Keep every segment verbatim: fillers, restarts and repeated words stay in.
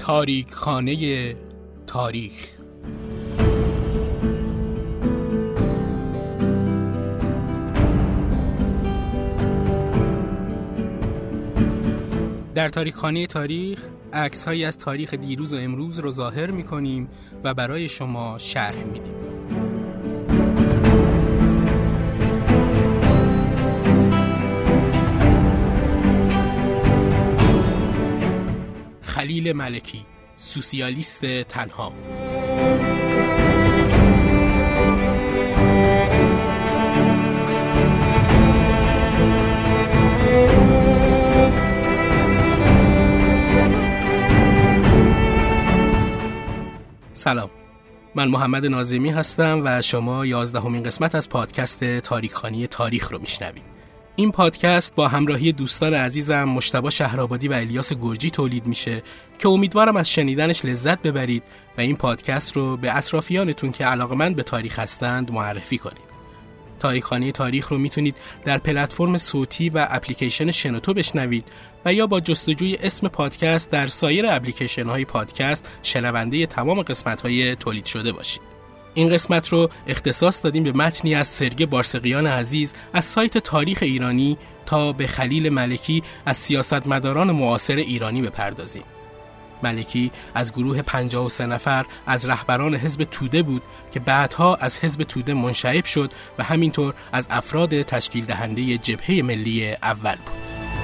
تاریکخانه تاریخ. در تاریکخانه تاریخ عکس‌هایی از تاریخ دیروز و امروز رو ظاهر می‌کنیم و برای شما شرح میدیم. خلیل ملکی، سوسیالیست تنها. سلام، من محمد ناظمی هستم و شما یازدهمین قسمت از پادکست تاریکخانه تاریخ رو میشنوید. این پادکست با همراهی دوستان عزیزم مجتبی شهرآبادی و الیاس گرجی تولید میشه که امیدوارم از شنیدنش لذت ببرید و این پادکست رو به اطرافیانتون که علاقه‌مند به تاریخ هستند معرفی کنید. تاریکخانه تاریخ رو میتونید در پلتفرم صوتی و اپلیکیشن شنوتو بشنوید و یا با جستجوی اسم پادکست در سایر اپلیکیشن های پادکست شنونده تمام قسمت های تولید شده باشید. این قسمت رو اختصاص دادیم به متنی از سرگی بارسقیان عزیز از سایت تاریخ ایرانی تا به خلیل ملکی از سیاستمداران معاصر ایرانی بپردازیم. ملکی از گروه پنجاه و سه نفر از رهبران حزب توده بود که بعدها از حزب توده منشعب شد و همینطور از افراد تشکیل دهنده جبهه ملی اول بود.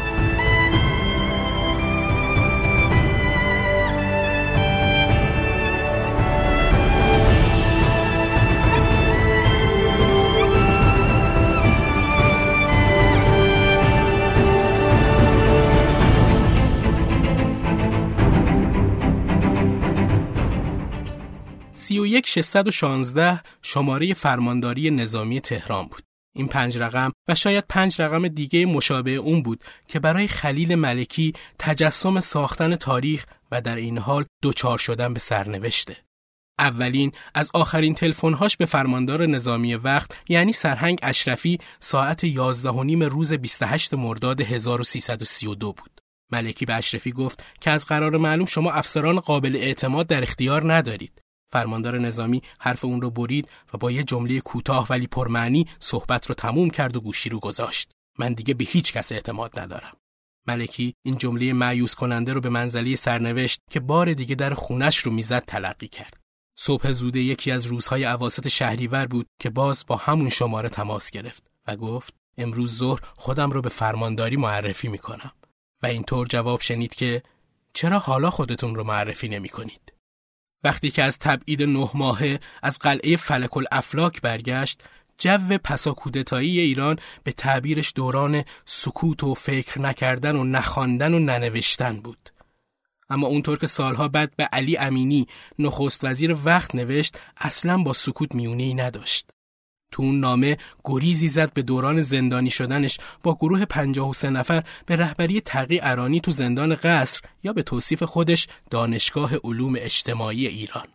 سی و یک ششصد و شانزده شماره فرمانداری نظامی تهران بود. این پنج رقم و شاید پنج رقم دیگه مشابه اون بود که برای خلیل ملکی تجسم ساختن تاریخ و در این حال دوچار شدن به سرنوشته. اولین از آخرین تلفن‌هاش به فرماندار نظامی وقت یعنی سرهنگ اشرفی ساعت یازده و نیم روز بیست و هشتم مرداد هزار و سیصد و سی و دو بود. ملکی به اشرفی گفت که از قرار معلوم شما افسران قابل اعتماد در اختیار ندارید. فرماندار نظامی حرف اون رو برید و با یه جمله کوتاه ولی پرمعنی صحبت رو تموم کرد و گوشی رو گذاشت. من دیگه به هیچ کس اعتماد ندارم. ملکی این جمله مایوس کننده رو به منزله سرنوشت که بار دیگه در خونش رو میزد تلقی کرد. صبح زوده یکی از روزهای اواسط شهریور بود که باز با همون شماره تماس گرفت و گفت امروز ظهر خودم رو به فرمانداری معرفی میکنم. و اینطور جواب شنید که چرا حالا خودتون رو معرفی نمیکنید؟ وقتی که از تبعید نه ماهه از قلعه فلک الافلاک برگشت، جو پساکودتایی ایران به تعبیرش دوران سکوت و فکر نکردن و نخواندن و ننوشتن بود. اما اونطور که سالها بعد به علی امینی نخست وزیر وقت نوشت، اصلاً با سکوت میونه‌ای نداشت. تو اون نامه گریزی زد به دوران زندانی شدنش با گروه پنجاه و سه نفر به رهبری تقی ارانی تو زندان قصر یا به توصیف خودش دانشگاه علوم اجتماعی ایران.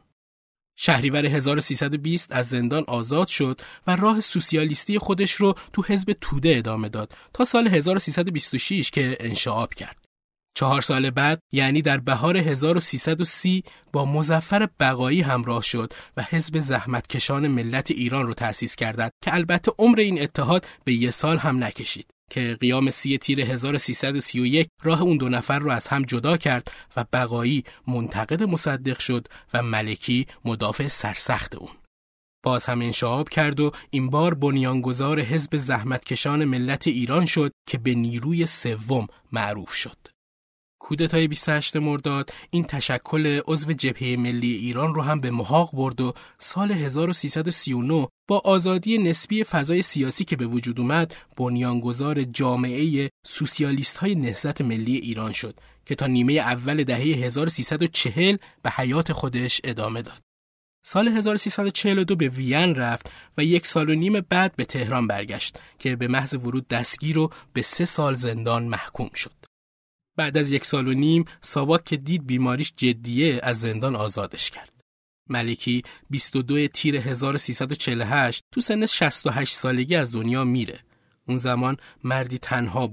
شهریور هزار و سیصد و بیست از زندان آزاد شد و راه سوسیالیستی خودش رو تو حزب توده ادامه داد تا سال هزار و سیصد و بیست و شش که انشعاب کرد. چهار سال بعد یعنی در بهار هزار و سیصد و سی با مظفر بقایی همراه شد و حزب زحمتکشان ملت ایران رو تأسیس کردند که البته عمر این اتحاد به یک سال هم نکشید که قیام سی تیر هزار و سیصد و سی و یک راه اون دو نفر رو از هم جدا کرد و بقایی منتقد مصدق شد و ملکی مدافع سرسخت اون. باز هم انشعاب کرد و این بار بنیانگذار حزب زحمتکشان ملت ایران شد که به نیروی سوم معروف شد. کودتای بیست و هشتم مرداد این تشکل عضو جبهه ملی ایران رو هم به محاق برد و سال هزار و سیصد و سی و نه با آزادی نسبی فضای سیاسی که به وجود اومد بنیانگذار جامعه سوسیالیست‌های نهضت ملی ایران شد که تا نیمه اول دهه هزار و سیصد و چهل به حیات خودش ادامه داد. سال هزار و سیصد و چهل و دو به وین رفت و یک سال و نیم بعد به تهران برگشت که به محض ورود دستگیر و به سه سال زندان محکوم شد. بعد از یک سال و نیم ساواک که دید بیماریش جدیه از زندان آزادش کرد. ملکی بیست و دو تیر هزار و سیصد و چهل و هشت تو سن شصت و هشت سالگی از دنیا میره. اون زمان مردی تنها بود،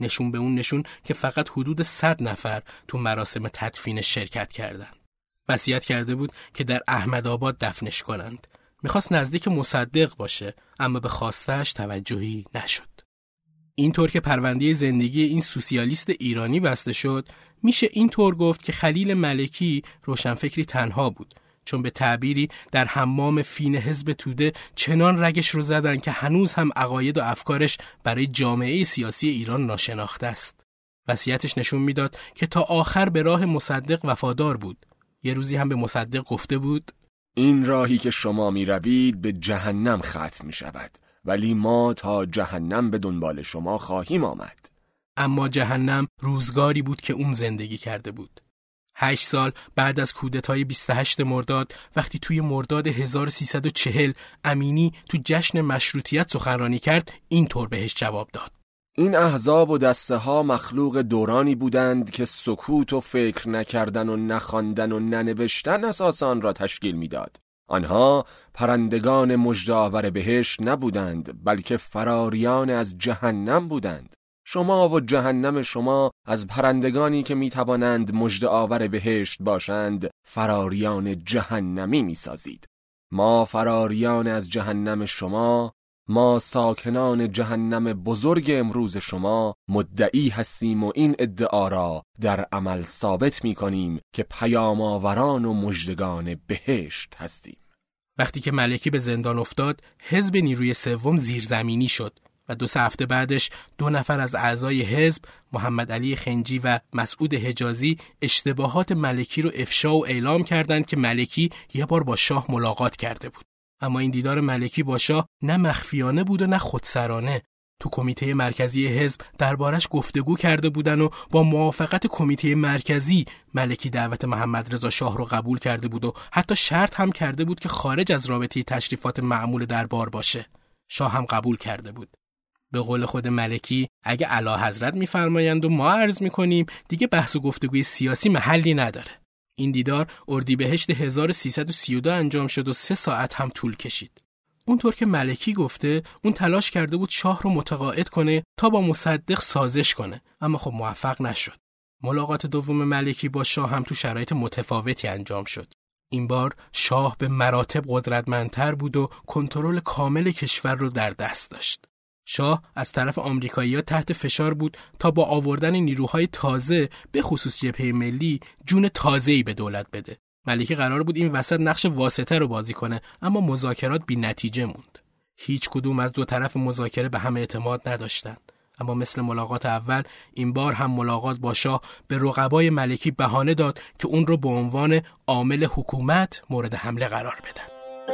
نشون به اون نشون که فقط حدود صد نفر تو مراسم تدفین شرکت کردند. وصیت کرده بود که در احمدآباد دفنش کنند. میخواست نزدیک مصدق باشه، اما به خواستش توجهی نشد. اینطور که پرونده زندگی این سوسیالیست ایرانی بسته شد، میشه اینطور گفت که خلیل ملکی روشنفکری تنها بود، چون به تعبیری در حمام فین حزب توده چنان رگش رو زدن که هنوز هم عقاید و افکارش برای جامعه سیاسی ایران ناشناخته است. وصیتش نشون میداد که تا آخر به راه مصدق وفادار بود. یه روزی هم به مصدق گفته بود: این راهی که شما می روید به جهنم ختم می شود، ولی ما تا جهنم به دنبال شما خواهیم آمد. اما جهنم روزگاری بود که اون زندگی کرده بود. هشت سال بعد از کودتای بیست و هشتم مرداد، وقتی توی مرداد هزار و سیصد و چهل امینی تو جشن مشروطیت سخنرانی کرد، اینطور بهش جواب داد: این احزاب و دسته ها مخلوق دورانی بودند که سکوت و فکر نکردن و نخواندن و ننوشتن اساس آن را تشکیل میداد. آنها پرندگان مژده‌آور بهشت نبودند، بلکه فراریان از جهنم بودند. شما و جهنم شما از پرندگانی که میتوانند مژده‌آور بهشت باشند فراریان جهنمی میسازید. ما فراریان از جهنم شما، ما ساکنان جهنم بزرگ امروز شما مدعی هستیم و این ادعا را در عمل ثابت می‌کنیم که پیام‌آوران و مژدگان بهشت هستیم. وقتی که ملکی به زندان افتاد، حزب نیروی سوم زیرزمینی شد و دو سه هفته بعدش دو نفر از اعضای حزب، محمد علی خنجی و مسعود حجازی، اشتباهات ملکی رو افشا و اعلام کردند که ملکی یه بار با شاه ملاقات کرده بود. اما این دیدار ملکی با شاه نه مخفیانه بود و نه خودسرانه. تو کمیته مرکزی حزب دربارش گفتگو کرده بودن و با موافقت کمیته مرکزی ملکی دعوت محمد رضا شاه رو قبول کرده بود و حتی شرط هم کرده بود که خارج از رابطه تشریفات معمول دربار باشه. شاه هم قبول کرده بود. به قول خود ملکی، اگه اعلیحضرت میفرمایند و ما عرض میکنیم، دیگه بحث و گفتگوی سیاسی محلی نداره. این دیدار اردیبهشت هزار و سیصد و سی و دو انجام شد و سه ساعت هم طول کشید. اونطور که ملکی گفته، اون تلاش کرده بود شاه رو متقاعد کنه تا با مصدق سازش کنه، اما خب موفق نشد. ملاقات دوم ملکی با شاه هم تو شرایط متفاوتی انجام شد. این بار شاه به مراتب قدرتمندتر بود و کنترل کامل کشور رو در دست داشت. شاه از طرف آمریکایی‌ها تحت فشار بود تا با آوردن نیروهای تازه، به خصوص جبهه ملی، جون تازه‌ای به دولت بده. ملکی قرار بود این وسط نقش واسطه رو بازی کنه، اما مذاکرات بی نتیجه موند. هیچ کدوم از دو طرف مذاکره به هم اعتماد نداشتند. اما مثل ملاقات اول، این بار هم ملاقات با شاه به رقبای ملکی بهانه داد که اون رو به عنوان عامل حکومت مورد حمله قرار بدن.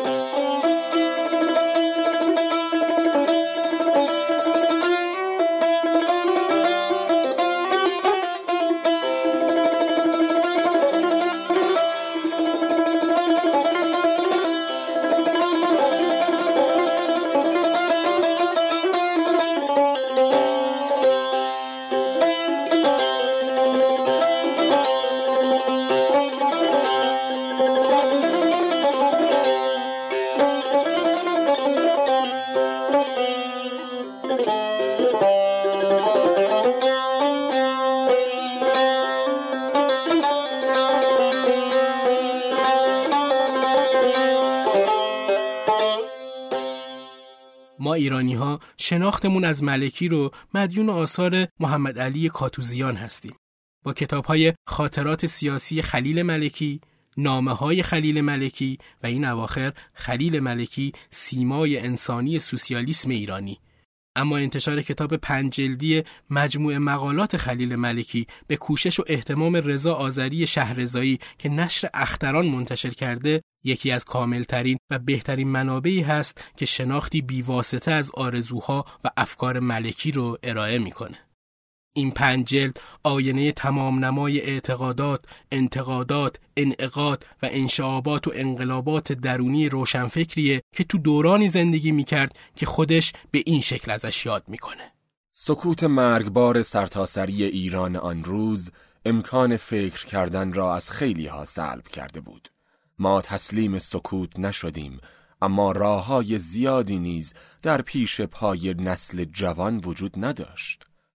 ما ایرانی ها شناختمون از ملکی رو مدیون آثار محمد علی کاتوزیان هستیم. با کتاب‌های خاطرات سیاسی خلیل ملکی، نامه‌های خلیل ملکی و این اواخر خلیل ملکی، سیمای انسانی سوسیالیسم ایرانی. اما انتشار کتاب پنج جلدی مجموع مقالات خلیل ملکی به کوشش و اهتمام رضا آذری شهرضایی که نشر اختران منتشر کرده، یکی از کاملترین و بهترین منابعی هست که شناختی بیواسطه از آرزوها و افکار ملکی رو ارائه میکنه. این پنج جلد آینه تمام نمای اعتقادات، انتقادات، انعقاد و انشعابات و انقلابات درونی روشنفکریه که تو دورانی زندگی میکرد که خودش به این شکل ازش یاد میکنه. سکوت مرگبار سرتاسری ایران آن روز امکان فکر کردن را از خیلی ها سلب کرده بود. ما تسلیم سکوت نشدیم، اما راه‌های زیادی نیز در پیش پای نسل جوان وجود نداشت.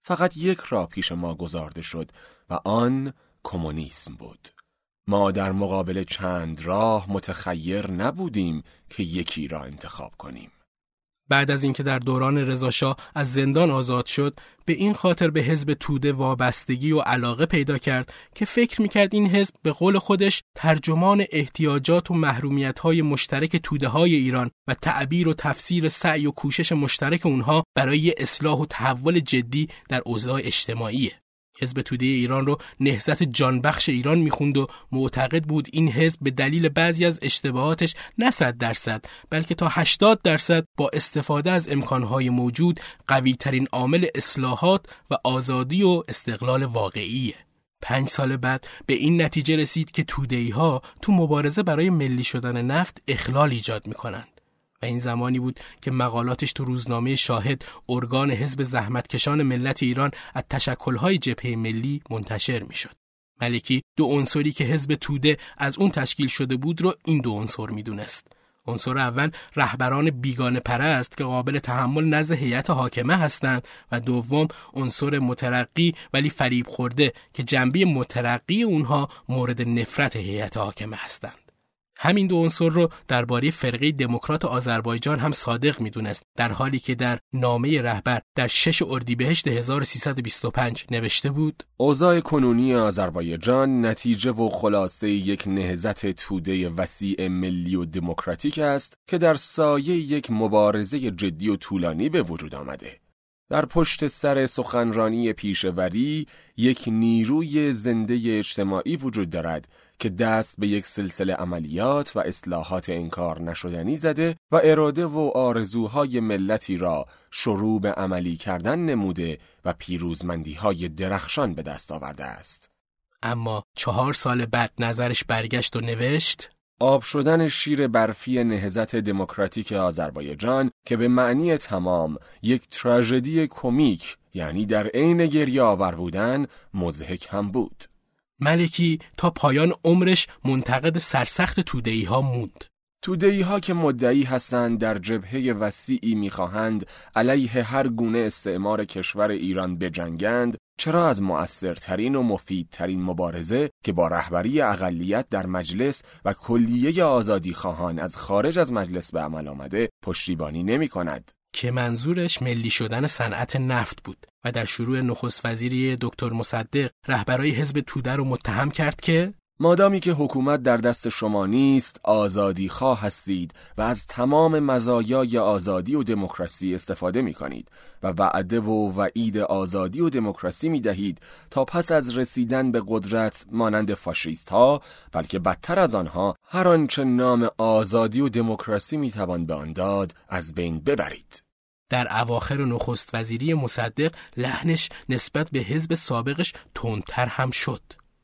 فقط یک راه پیش ما گذارده شد و آن کمونیسم بود. ما در مقابل چند راه متخیر نبودیم که یکی را انتخاب کنیم. بعد از اینکه در دوران رضاشاه از زندان آزاد شد، به این خاطر به حزب توده وابستگی و علاقه پیدا کرد که فکر میکرد این حزب به قول خودش ترجمان احتیاجات و محرومیت‌های مشترک توده‌های ایران و تعبیر و تفسیر سعی و کوشش مشترک اونها برای اصلاح و تحول جدی در اوضاع اجتماعیه. حزب توده ایران رو نهضت جانبخش ایران میخوند و معتقد بود این حزب به دلیل بعضی از اشتباهاتش نه صد درصد بلکه تا هشتاد درصد با استفاده از امکانهای موجود قوی ترین عامل اصلاحات و آزادی و استقلال واقعیه. پنج سال بعد به این نتیجه رسید که توده‌ای ها تو مبارزه برای ملی شدن نفت اخلال ایجاد میکنند. و این زمانی بود که مقالاتش تو روزنامه شاهد، ارگان حزب زحمتکشان ملت ایران، از تشکل‌های جبهه ملی منتشر می‌شد. ملکی دو عنصری که حزب توده از اون تشکیل شده بود رو این دو عنصر می‌دونست. عنصر اول رهبران بیگانه پرست که قابل تحمل نزد هیئت حاکمه هستند و دوم عنصر مترقی ولی فریب خورده که جنبه مترقی اونها مورد نفرت هیئت حاکمه هستند. همین دو عنصر رو درباره فرقه دموکرات آذربایجان هم صادق میدونست، در حالی که در نامه رهبر در شش اردیبهشت هزار و سیصد و بیست و پنج نوشته بود: اوضاع کنونی آذربایجان نتیجه و خلاصه یک نهضت توده وسیع ملی و دموکراتیک است که در سایه یک مبارزه جدی و طولانی به وجود آمده. در پشت سر سخنرانی پیشوری یک نیروی زنده اجتماعی وجود دارد که دست به یک سلسله عملیات و اصلاحات انکار نشدنی زده و اراده و آرزوهای ملتی را شروع به عملی کردن نموده و پیروزمندی‌های درخشان به دست آورده است. اما چهار سال بعد نظرش برگشت و نوشت: آب شدن شیر برفی نهضت دموکراتیک آذربایجان که به معنی تمام یک تراژدی کمیک، یعنی در عین گریه آور بودن، مضحک هم بود. ملکی تا پایان عمرش منتقد سرسخت توده‌ای ها موند. توده‌ای ها که مدعی هستند در جبهه وسیعی می‌خواهند علیه هر گونه استعمار کشور ایران بجنگند، چرا از مؤثرترین و مفیدترین مبارزه که با رهبری اقلیت در مجلس و کلیه آزادی خواهان از خارج از مجلس به عمل آمده پشتیبانی نمی کند؟ که منظورش ملی شدن صنعت نفت بود و در شروع نخست وزیری دکتر مصدق رهبرای حزب توده رو متهم کرد که مادامی که حکومت در دست شما نیست، آزادی خواه هستید و از تمام مزایای آزادی و دموکراسی استفاده می کنید و وعده و وعید آزادی و دموکراسی می دهید تا پس از رسیدن به قدرت مانند فاشیست ها، بلکه بدتر از آنها، هر آنچه نام آزادی و دموکراسی می توان به آن داد از بین ببرید. در اواخر نخست وزیری مصدق لحنش نسبت به حزب سابقش تندتر هم شد.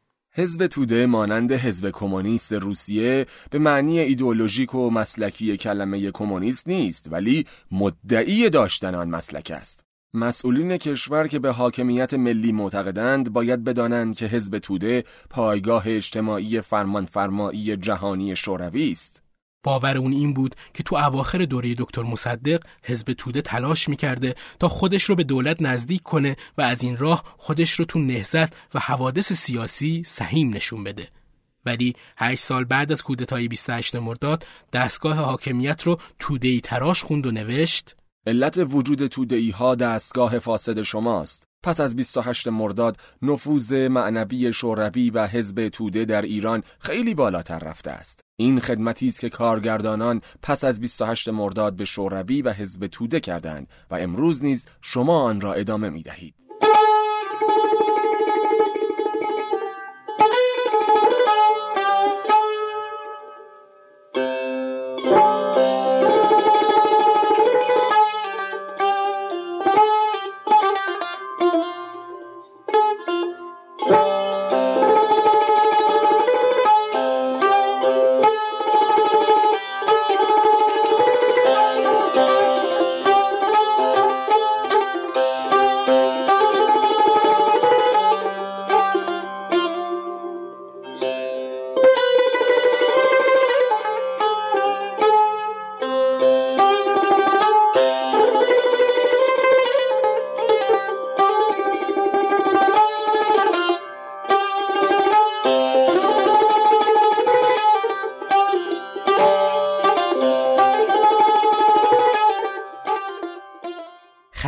حزب توده مانند حزب کمونیست روسیه به معنی ایدئولوژیک و مسلکی کلمه کمونیست نیست، ولی مدعی داشتن آن مسلک است. مسئولین کشور که به حاکمیت ملی معتقدند باید بدانند که حزب توده پایگاه اجتماعی فرمانفرمایی جهانی شوروی است. باور اون این بود که تو اواخر دوره دکتر مصدق حزب توده تلاش میکرده تا خودش رو به دولت نزدیک کنه و از این راه خودش رو تو نهضت و حوادث سیاسی سهیم نشون بده. ولی هشت سال بعد از کودتای بیست و هشتم مرداد دستگاه حاکمیت رو توده‌ای تراش خوند و نوشت: علت وجود توده‌ای ها دستگاه فاسد شماست. پس از بیست و هشتم مرداد نفوذ معنوی شوروی و حزب توده در ایران خیلی بالاتر رفته است. این خدمتی است که کارگردانان پس از بیست و هشتم مرداد به شوروی و حزب توده کردند و امروز نیز شما آن را ادامه می دهید.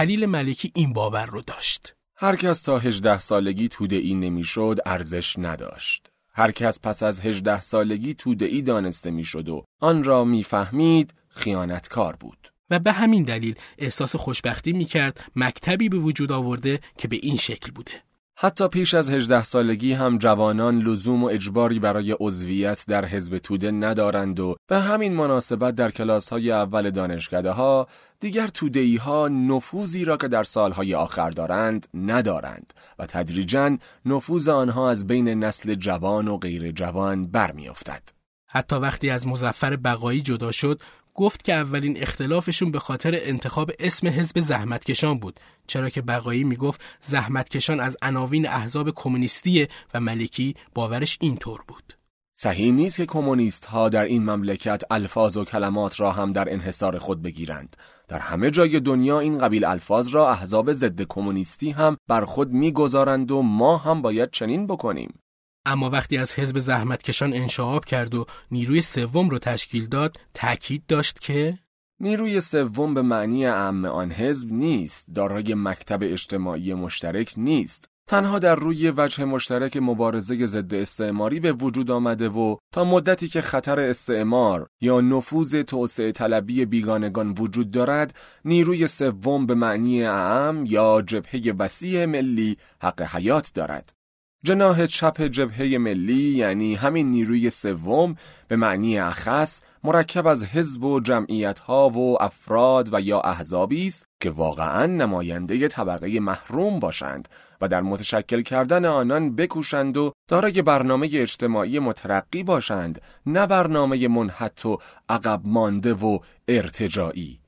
خلیل ملکی این باور رو داشت. هر کس تا هجده سالگی توده‌ای نمی‌شد ارزش نداشت. هر کس پس از هجده سالگی توده‌ای دانسته می‌شد و آن را می‌فهمید خیانتکار بود. و به همین دلیل احساس خوشبختی می‌کرد مکتبی به وجود آورده که به این شکل بوده. حتی پیش از هجده سالگی هم جوانان لزوم و اجباری برای عضویت در حزب توده ندارند و به همین مناسبت در کلاس‌های اول دانشکده‌ها دیگر توده‌ای‌ها نفوذی را که در سال‌های آخر دارند ندارند و تدریجاً نفوذ آنها از بین نسل جوان و غیر جوان برمی‌افتد. حتی وقتی از مظفر بقایی جدا شد، گفت که اولین اختلافشون به خاطر انتخاب اسم حزب زحمتکشان بود، چرا که بقایی میگفت زحمتکشان از عناوین احزاب کمونیستی و ملکی باورش اینطور بود. صحیح نیست که کمونیست ها در این مملکت الفاظ و کلمات را هم در انحصار خود بگیرند. در همه جای دنیا این قبیل الفاظ را احزاب ضد کمونیستی هم بر خود میگذارند و ما هم باید چنین بکنیم. اما وقتی از حزب زحمتکشان انشعاب کرد و نیروی سوم رو تشکیل داد، تأکید داشت که نیروی سوم به معنی اعم آن حزب نیست، دارای مکتب اجتماعی مشترک نیست، تنها در روی وجه مشترک مبارزه ضد استعماری به وجود آمده و تا مدتی که خطر استعمار یا نفوذ توسعه طلبی بیگانگان وجود دارد، نیروی سوم به معنی اعم یا جبهه وسیع ملی حق حیات دارد. جناح چپ جبهه ملی یعنی همین نیروی سوم به معنی اخص مرکب از حزب و جمعیت‌ها و افراد و یا احزابی است که واقعاً نماینده طبقه محروم باشند و در متشکل کردن آنان بکوشند و دارای برنامه اجتماعی مترقی باشند، نه برنامه منحط و عقب مانده و ارتجاعی.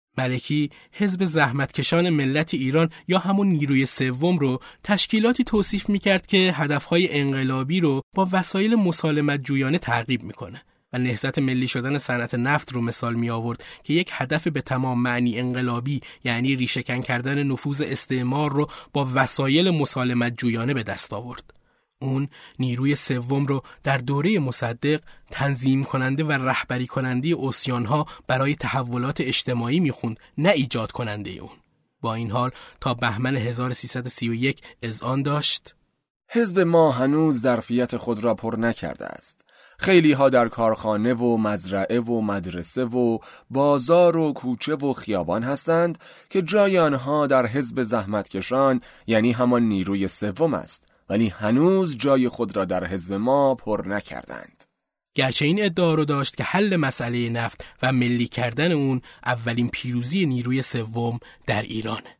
ملکی حزب زحمتکشان ملت ایران یا همون نیروی سوم رو تشکیلاتی توصیف می‌کرد که هدفهای انقلابی رو با وسایل مسالمت جویانه تعقیب می‌کنه و نهضت ملی شدن صنعت نفت رو مثال می آورد که یک هدف به تمام معنی انقلابی، یعنی ریشه‌کن کردن نفوذ استعمار رو با وسایل مسالمت جویانه به دست آورد. اون نیروی سوم رو در دوره مصدق تنظیم کننده و رهبری کننده عصیان‌ها برای تحولات اجتماعی میخوند، نه ایجاد کننده اون. با این حال تا بهمن هزار و سیصد و سی و یک اذعان داشت: حزب ما هنوز ظرفیت خود را پر نکرده است. خیلی ها در کارخانه و مزرعه و مدرسه و بازار و کوچه و خیابان هستند که جای آنها در حزب زحمتکشان یعنی همان نیروی سوم است، ولی هنوز جای خود را در حزب ما پر نکردند. گرچه این ادعا رو داشت که حل مسئله نفت و ملی کردن اون اولین پیروزی نیروی سوم در ایرانه.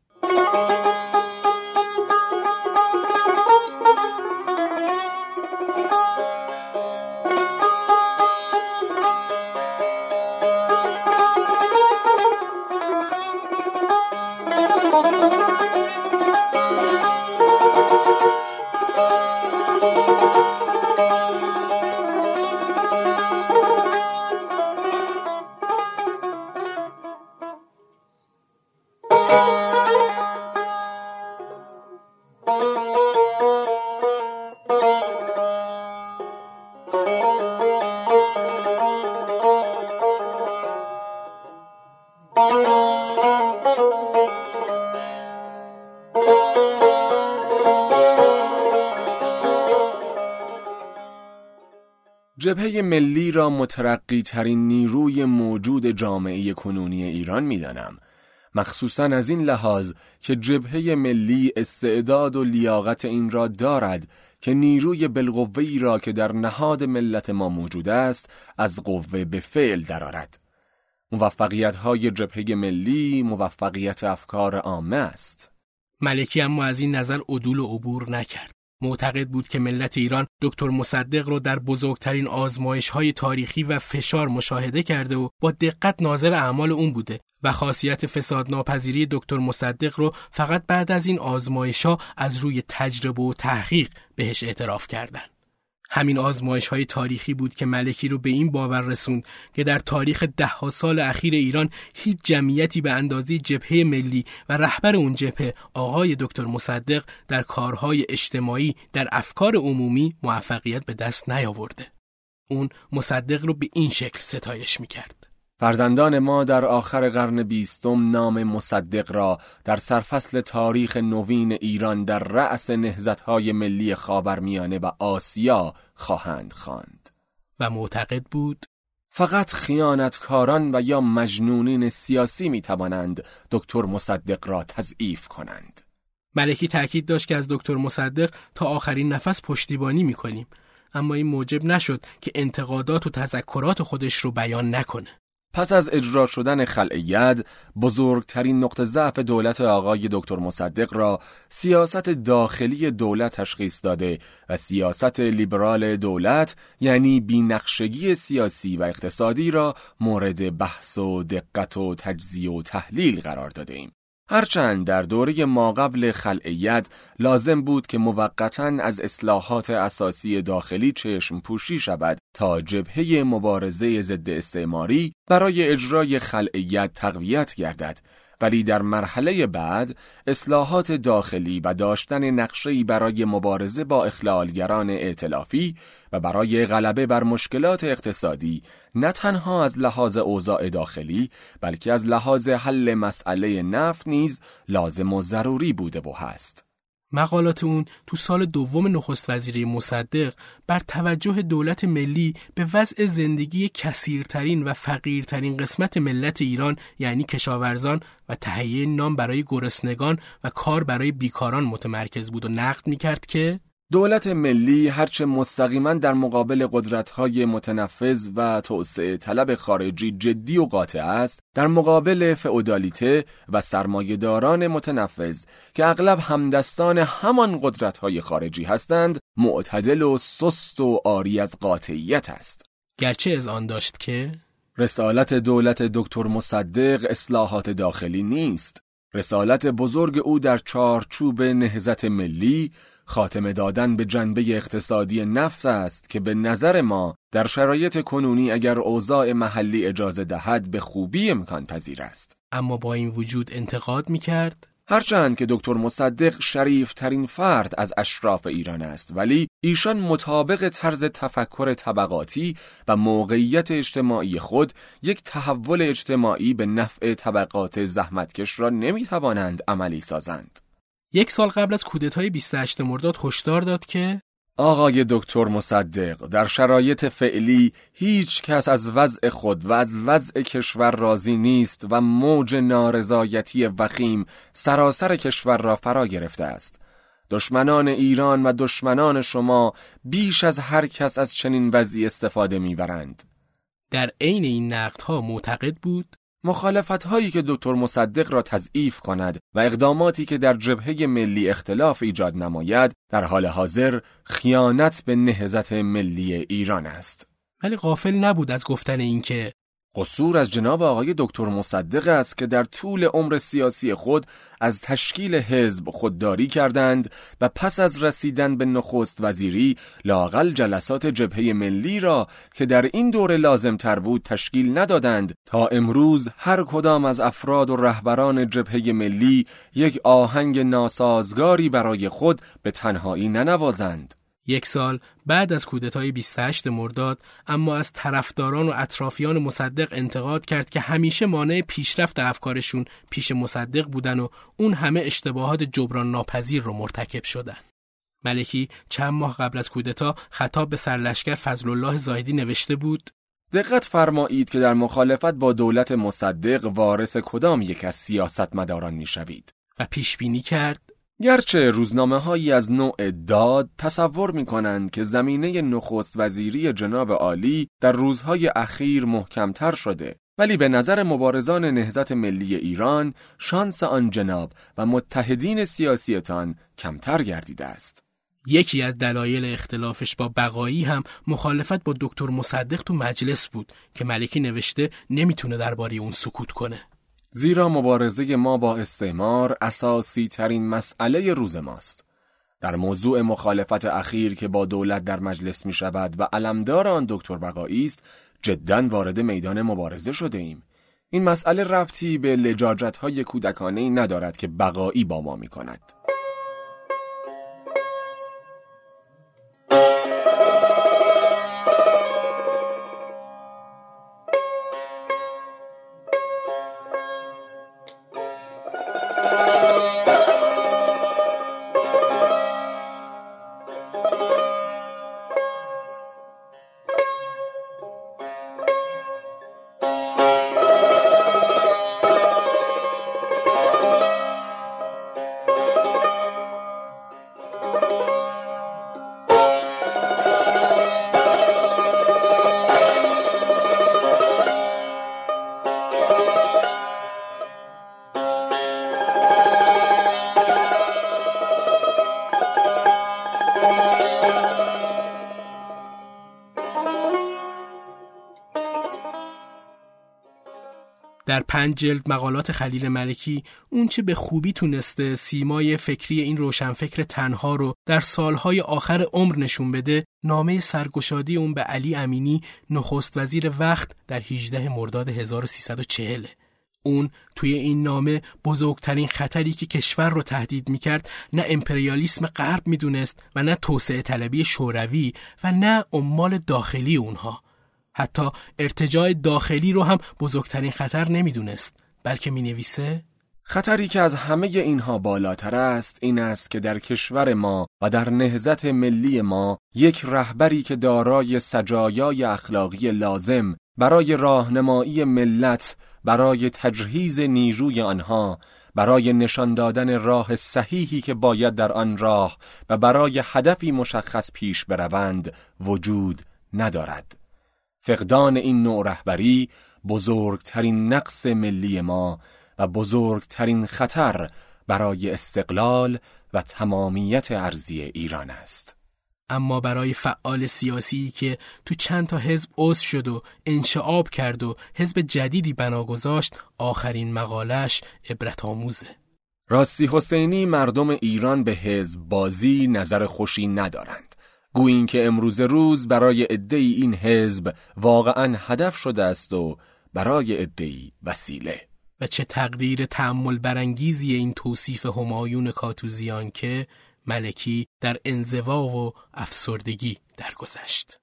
جبهه ملی را مترقی ترین نیروی موجود جامعه کنونی ایران می دانم، مخصوصاً از این لحاظ که جبهه ملی استعداد و لیاقت این را دارد که نیروی بالقوه‌ای را که در نهاد ملت ما موجود است از قوه به فعل درآورد. موفقیت‌های جبهه ملی موفقیت افکار عامه است. ملکی اما از این نظر عدول و عبور نکرد. معتقد بود که ملت ایران دکتر مصدق رو در بزرگترین آزمایش‌های تاریخی و فشار مشاهده کرده و با دقت ناظر اعمال اون بوده و خاصیت فساد ناپذیری دکتر مصدق رو فقط بعد از این آزمایش‌ها از روی تجربه و تحقیق بهش اعتراف کردن. همین آزمایش‌های تاریخی بود که ملکی رو به این باور رسوند که در تاریخ ده ها سال اخیر ایران هیچ جمعیتی به اندازه جبهه ملی و رهبر اون جبهه آقای دکتر مصدق در کارهای اجتماعی در افکار عمومی موفقیت به دست نیاورده. اون مصدق رو به این شکل ستایش می‌کرد: فرزندان ما در آخر قرن بیستم نام مصدق را در سرفصل تاریخ نوین ایران در رأس نهضت‌های ملی خاورمیانه و آسیا خواهند خواند. و معتقد بود فقط خیانتکاران و یا مجنونین سیاسی می توانند دکتر مصدق را تضعیف کنند. ملکی تأکید داشت که از دکتر مصدق تا آخرین نفس پشتیبانی می کنیم، اما این موجب نشد که انتقادات و تذکرات خودش رو بیان نکنه. پس از اجرا شدن خلع ید، بزرگترین نقطه ضعف دولت آقای دکتر مصدق را سیاست داخلی دولت تشخیص داده و سیاست لیبرال دولت یعنی بی‌نقشگی سیاسی و اقتصادی را مورد بحث و دقت و تجزیه و تحلیل قرار داده ایم. هرچند در دوره ماقبل خلع ید لازم بود که موقتاً از اصلاحات اساسی داخلی چشم پوشی شود تا جبهه مبارزه ضد استعماری برای اجرای خلع ید تقویت گردد، ولی در مرحله بعد اصلاحات داخلی و داشتن نقشه‌ای برای مبارزه با اخلالگران ائتلافی و برای غلبه بر مشکلات اقتصادی نه تنها از لحاظ اوضاع داخلی بلکه از لحاظ حل مسئله نفت نیز لازم و ضروری بوده و هست. مقالات اون تو سال دوم نخست وزیری مصدق بر توجه دولت ملی به وضع زندگی کثیرترین و فقیرترین قسمت ملت ایران یعنی کشاورزان و تهیه نان برای گرسنگان و کار برای بیکاران متمرکز بود و نقد می‌کرد که دولت ملی هرچه مستقیما در مقابل قدرت‌های متنفذ و توسعه طلب خارجی جدی و قاطع است، در مقابل فئودالیته و سرمایه‌داران متنفذ که اغلب همدستان همان قدرت‌های خارجی هستند، معتدل و سست و عاری از قاطعیت است. گرچه از آن داشت که رسالت دولت دکتر مصدق اصلاحات داخلی نیست. رسالت بزرگ او در چارچوب نهضت ملی خاتمه دادن به جنبه اقتصادی نفت است که به نظر ما در شرایط کنونی اگر اوضاع محلی اجازه دهد به خوبی امکان پذیر است. اما با این وجود انتقاد می‌کرد هرچند که دکتر مصدق شریف ترین فرد از اشراف ایران است، ولی ایشان مطابق طرز تفکر طبقاتی و موقعیت اجتماعی خود یک تحول اجتماعی به نفع طبقات زحمتکش را نمی‌توانند عملی سازند. یک سال قبل از کودتای بیست و هشتم مرداد هشدار داد که آقای دکتر مصدق در شرایط فعلی هیچ کس از وضع خود و از وضع کشور راضی نیست و موج نارضایتی وخیم سراسر کشور را فرا گرفته است. دشمنان ایران و دشمنان شما بیش از هر کس از چنین وضعی استفاده می‌برند. در عین این نقدها معتقد بود مخالفت‌هایی که دکتر مصدق را تضعیف کند و اقداماتی که در جبهه ملی اختلاف ایجاد نماید در حال حاضر خیانت به نهضت ملی ایران است. ولی غافل نبود از گفتن این که قصور از جناب آقای دکتر مصدق است که در طول عمر سیاسی خود از تشکیل حزب خودداری کردند و پس از رسیدن به نخست وزیری لااقل جلسات جبهه ملی را که در این دوره لازم تر بود تشکیل ندادند تا امروز هر کدام از افراد و رهبران جبهه ملی یک آهنگ ناسازگاری برای خود به تنهایی ننوازند. یک سال بعد از کودتای بیست و هشتم مرداد اما از طرفداران و اطرافیان مصدق انتقاد کرد که همیشه مانع پیشرفت افکارشون پیش مصدق بودن و اون همه اشتباهات جبران ناپذیر رو مرتکب شدن. ملکی چند ماه قبل از کودتا خطاب به سرلشکر فضل الله زاهدی نوشته بود دقت فرمایید که در مخالفت با دولت مصدق وارث کدام یک از سیاستمداران میشوید و پیش بینی کرد گرچه روزنامه‌هایی از نوع داد تصور می‌کنند که زمینه نخست وزیری جناب عالی در روزهای اخیر محکمتر شده، ولی به نظر مبارزان نهضت ملی ایران شانس آن جناب و متحدین سیاسیتان کمتر گردیده است. یکی از دلایل اختلافش با بقایی هم مخالفت با دکتر مصدق تو مجلس بود که ملکی نوشته نمیتونه درباره اون سکوت کنه. زیرا مبارزه ما با استعمار اساسی ترین مسئله روز ماست. در موضوع مخالفت اخیر که با دولت در مجلس می شود و علمدار آن دکتر بقایی است، جداً وارد میدان مبارزه شده ایم. این مسئله ربطی به لجاجت‌های کودکانه‌ای ندارد که بقایی با ما می کند. در پنج جلد مقالات خلیل ملکی اون چه به خوبی تونسته سیمای فکری این روشنفکر تنها رو در سالهای آخر عمر نشون بده، نامه سرگشادی اون به علی امینی نخست وزیر وقت در هجدهم مرداد هزار و سیصد و چهل. اون توی این نامه بزرگترین خطری که کشور رو تهدید میکرد نه امپریالیسم غرب میدونست و نه توسعه طلبی شوروی و نه عمال داخلی اونها. حتی ارتجاع داخلی رو هم بزرگترین خطر نمیدونست، بلکه مینویسه خطری که از همه اینها بالاتر است این است که در کشور ما و در نهضت ملی ما یک رهبری که دارای سجایای اخلاقی لازم برای راهنمایی ملت، برای تجهیز نیروی آنها، برای نشان دادن راه صحیحی که باید در آن راه و برای هدفی مشخص پیش بروند وجود ندارد. فقدان این نوع رهبری بزرگترین نقص ملی ما و بزرگترین خطر برای استقلال و تمامیت ارضی ایران است. اما برای فعال سیاسی که تو چند تا حزب عضو شد و انشعاب کرد و حزب جدیدی بنا گذاشت، آخرین مقالش عبرت آموزه. راستی حسینی مردم ایران به حزب بازی نظر خوشی ندارند. گویین که امروز روز برای عده‌ای این حزب واقعاً هدف شده است و برای عده‌ای وسیله. و چه تقدیر تأمل برانگیزی این توصیف همایون کاتوزیان که ملکی در انزوا و افسردگی درگذشت.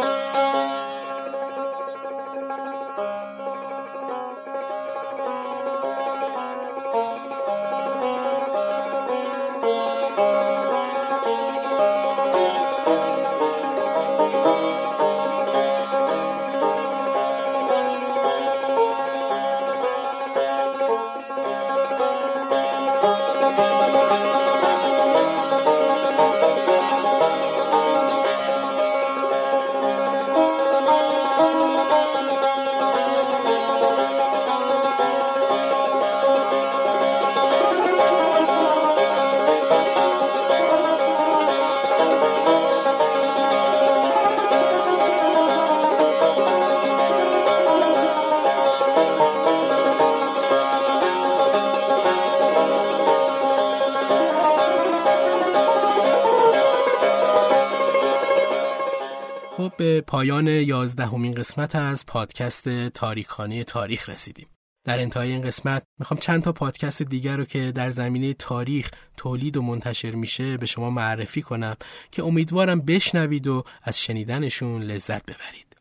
خب به پایان یازدهمین قسمت از پادکست تاریخخانه تاریخ رسیدیم. در انتهای این قسمت میخوام چند تا پادکست دیگر رو که در زمینه تاریخ تولید و منتشر میشه به شما معرفی کنم که امیدوارم بشنوید و از شنیدنشون لذت ببرید.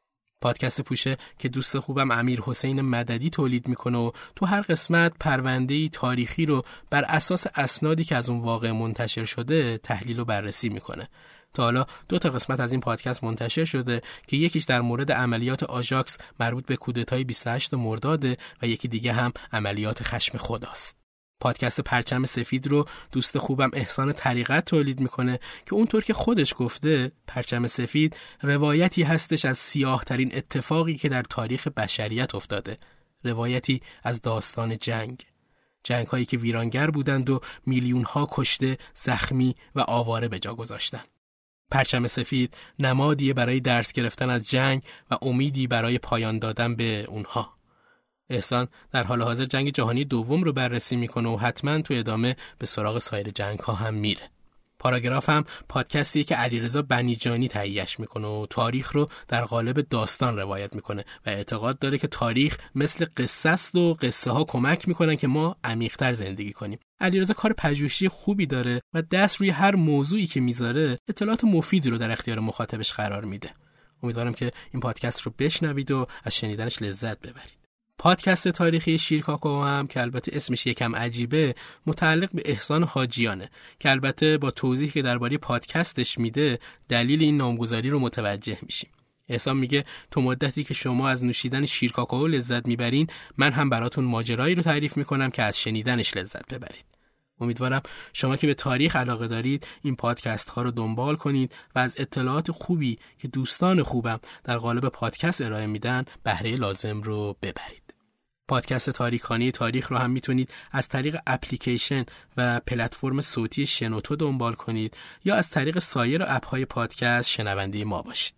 پادکست پوشه که دوست خوبم امیر حسین مددی تولید میکنه و تو هر قسمت پرونده‌ای تاریخی رو بر اساس اسنادی که از اون واقعه منتشر شده تحلیل و بررسی میکنه. تا حالا دو تا قسمت از این پادکست منتشر شده که یکیش در مورد عملیات آژاکس مربوط به کودتای بیست و هشتم مرداد و یکی دیگه هم عملیات خشم خداست. پادکست پرچم سفید رو دوست خوبم احسان طریقت تولید میکنه که اونطور که خودش گفته پرچم سفید روایتی هستش از سیاه ترین اتفاقی که در تاریخ بشریت افتاده، روایتی از داستان جنگ، جنگ هایی که ویرانگر بودند و میلیون ها کشته، زخمی و آواره به جا گذاشتند. پرچم سفید نمادی برای درس گرفتن از جنگ و امیدی برای پایان دادن به اونها. احسان در حال حاضر جنگ جهانی دوم رو بررسی میکنه و حتما تو ادامه به سراغ سایر جنگ ها هم میره. پاراگراف هم پادکستی که علیرضا بنیجانی تهیه‌اش میکنه و تاریخ رو در قالب داستان روایت میکنه و اعتقاد داره که تاریخ مثل قصه است و قصه ها کمک میکنن که ما عمیق‌تر زندگی کنیم. علیرضا کار پژوهشی خوبی داره و دست روی هر موضوعی که میذاره اطلاعات مفیدی رو در اختیار مخاطبش قرار میده. امیدوارم که این پادکست رو بشنوید و از شنیدنش لذت ببرید. پادکست تاریخی شیرکاکو هم که البته اسمش یکم عجیبه متعلق به احسان حاجیانه که البته با توضیحی که درباره پادکستش میده دلیل این نامگذاری رو متوجه میشیم. احسان میگه تو مدتی که شما از نوشیدن شیرکاکائو لذت میبرین من هم براتون ماجرایی رو تعریف میکنم که از شنیدنش لذت ببرید. امیدوارم شما که به تاریخ علاقه دارید این پادکست ها رو دنبال کنید و از اطلاعات خوبی که دوستان خوبم در قالب پادکست ارائه میدن بهره لازم رو ببرید. پادکست تاریخخانه تاریخ رو هم میتونید از طریق اپلیکیشن و پلتفرم صوتی شنوتو دنبال کنید یا از طریق سایر اپ‌های پادکست شنونده ما باشید.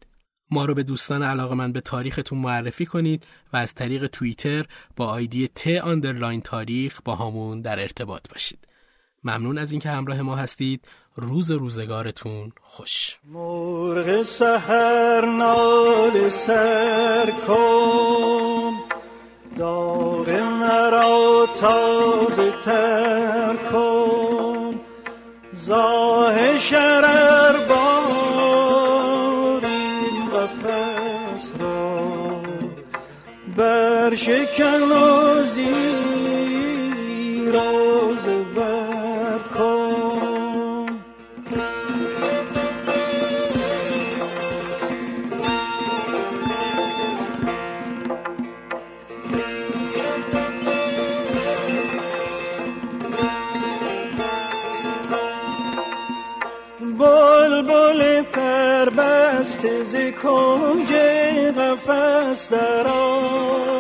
ما رو به دوستان علاقه‌مند به تاریختون معرفی کنید و از طریق توییتر با آیدی ت آندرلاین تاریخ با همون در ارتباط باشید. ممنون از اینکه همراه ما هستید. روز روزگارتون خوش. مرغ سحر نال سر کن، داغ مرا تازه تر کن، زاه شرر بار این قفس را برشکن و زیر آز بر کن. بلبل پربسته ز کنج قفس درآ،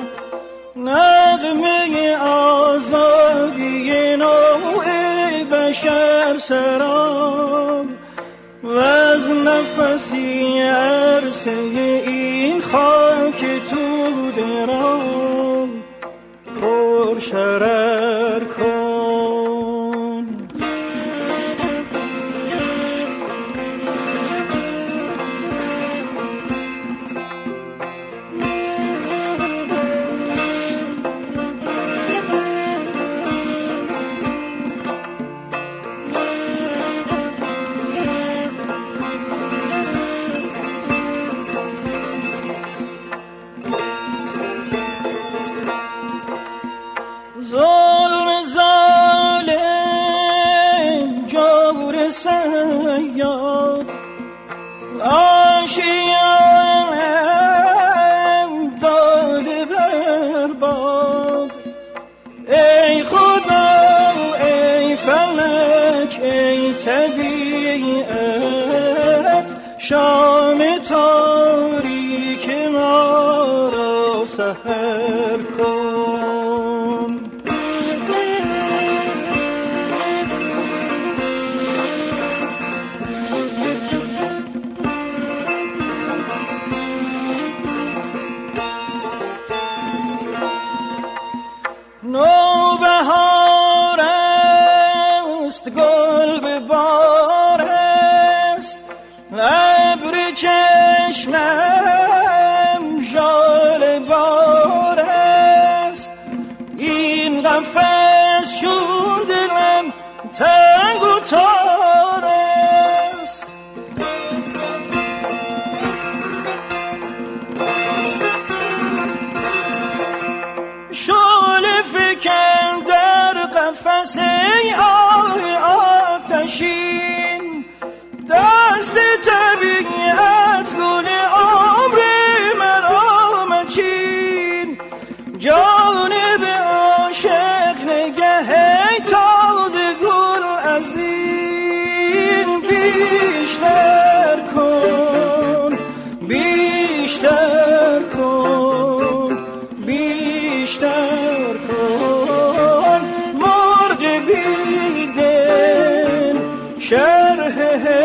نغمه آزادی نوع بشر سرا، و از نفسی عرصه این خاک تو درام پر شرر کن. ظلم ظالم جور سیاد، آشیانم داده برباد. ای خدا ای فلک ای طبیعت، شام تاریک ما را سحر کن. نوبهار است گل به بار است، ابر چشمم ژاله بار است. این قفس چون دلم تنگ و تار است. شعله فکن در قفس ای آه آتشین، دست طبیعت گل عمر مرا مچین. جانب عاشق نگه تازه گل از این بیشتر کن، بیشتر کن، بیشتر کن. مرغ بیدل شرح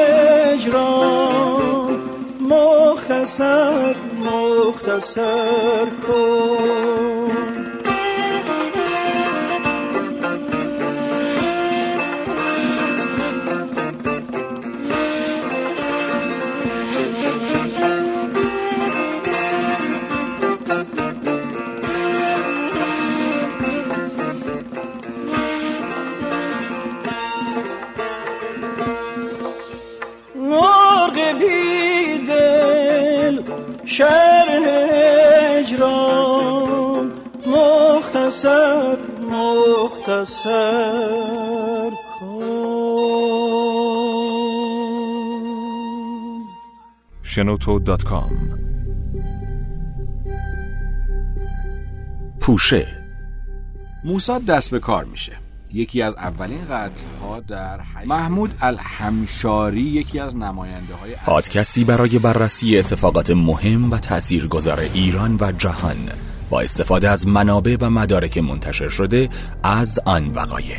هجران مختصر مختصر کن. بیدل شرح هجران مختصر مختصر کن. شنوتو دات کام. پوشه. موساد دست به کار میشه. یکی از اولین قتل‌ها در محمود الحمشاری، یکی از نماینده‌های پادکستی برای بررسی اتفاقات مهم و تاثیرگذار ایران و جهان با استفاده از منابع و مدارک منتشر شده از آن وقایع.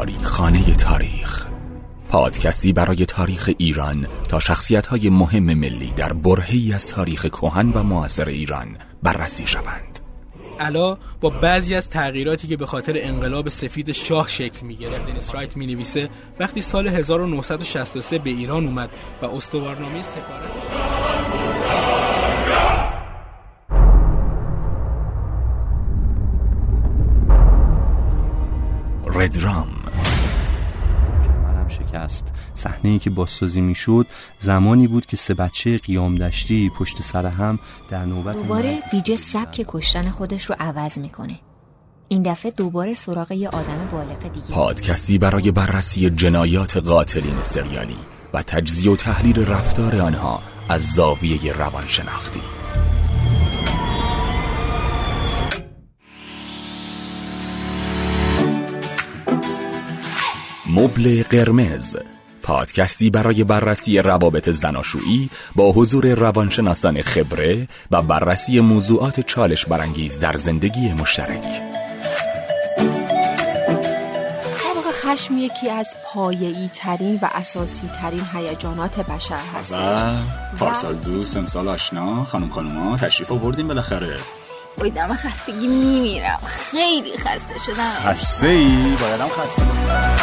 تاریخ خانه تاریخ، پادکستی برای تاریخ ایران تا شخصیت‌های مهم ملی در برهه‌ای از تاریخ کهن و معاصر ایران بررسی شوند. علا با بعضی از تغییراتی که به خاطر انقلاب سفید شاه شکل می‌گرفت، دنیس رایت می‌نویسه وقتی سال هزار و نهصد و شصت و سه به ایران اومد و استوارنامه سفارتش ردرام کمرم شکست. صحنه‌ای که بازسازی میشد زمانی بود که سه بچه قیام دشتی پشت سر هم در نوبت دوباره دیجه سبک کشتن خودش رو عوض میکنه. این دفعه دوباره سراغ یه آدم بالغ دیگه. پادکستی برای بررسی جنایات قاتلین سریالی و تجزیه و تحلیل رفتار آنها از زاویه روانشناختی. مبل قرمز، پادکستی برای بررسی روابط زناشویی با حضور روانشناسان خبره و بررسی موضوعات چالش برانگیز در زندگی مشترک. خشم یکی از پایه‌ای ترین و اساسی ترین هیجانات بشر هست. و پارسال دوست امسال آشنا خانم خانوما تشریف آوردیم بالاخره. وای دم خستگی میمیرم، خیلی خسته شدم. خسته ای؟ بایدم خسته باشم.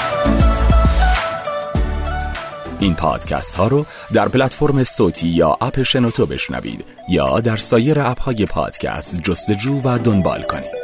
این پادکست ها رو در پلتفرم صوتی یا اپ شنوتو بشنوید یا در سایر اپ های پادکست جستجو و دنبال کنید.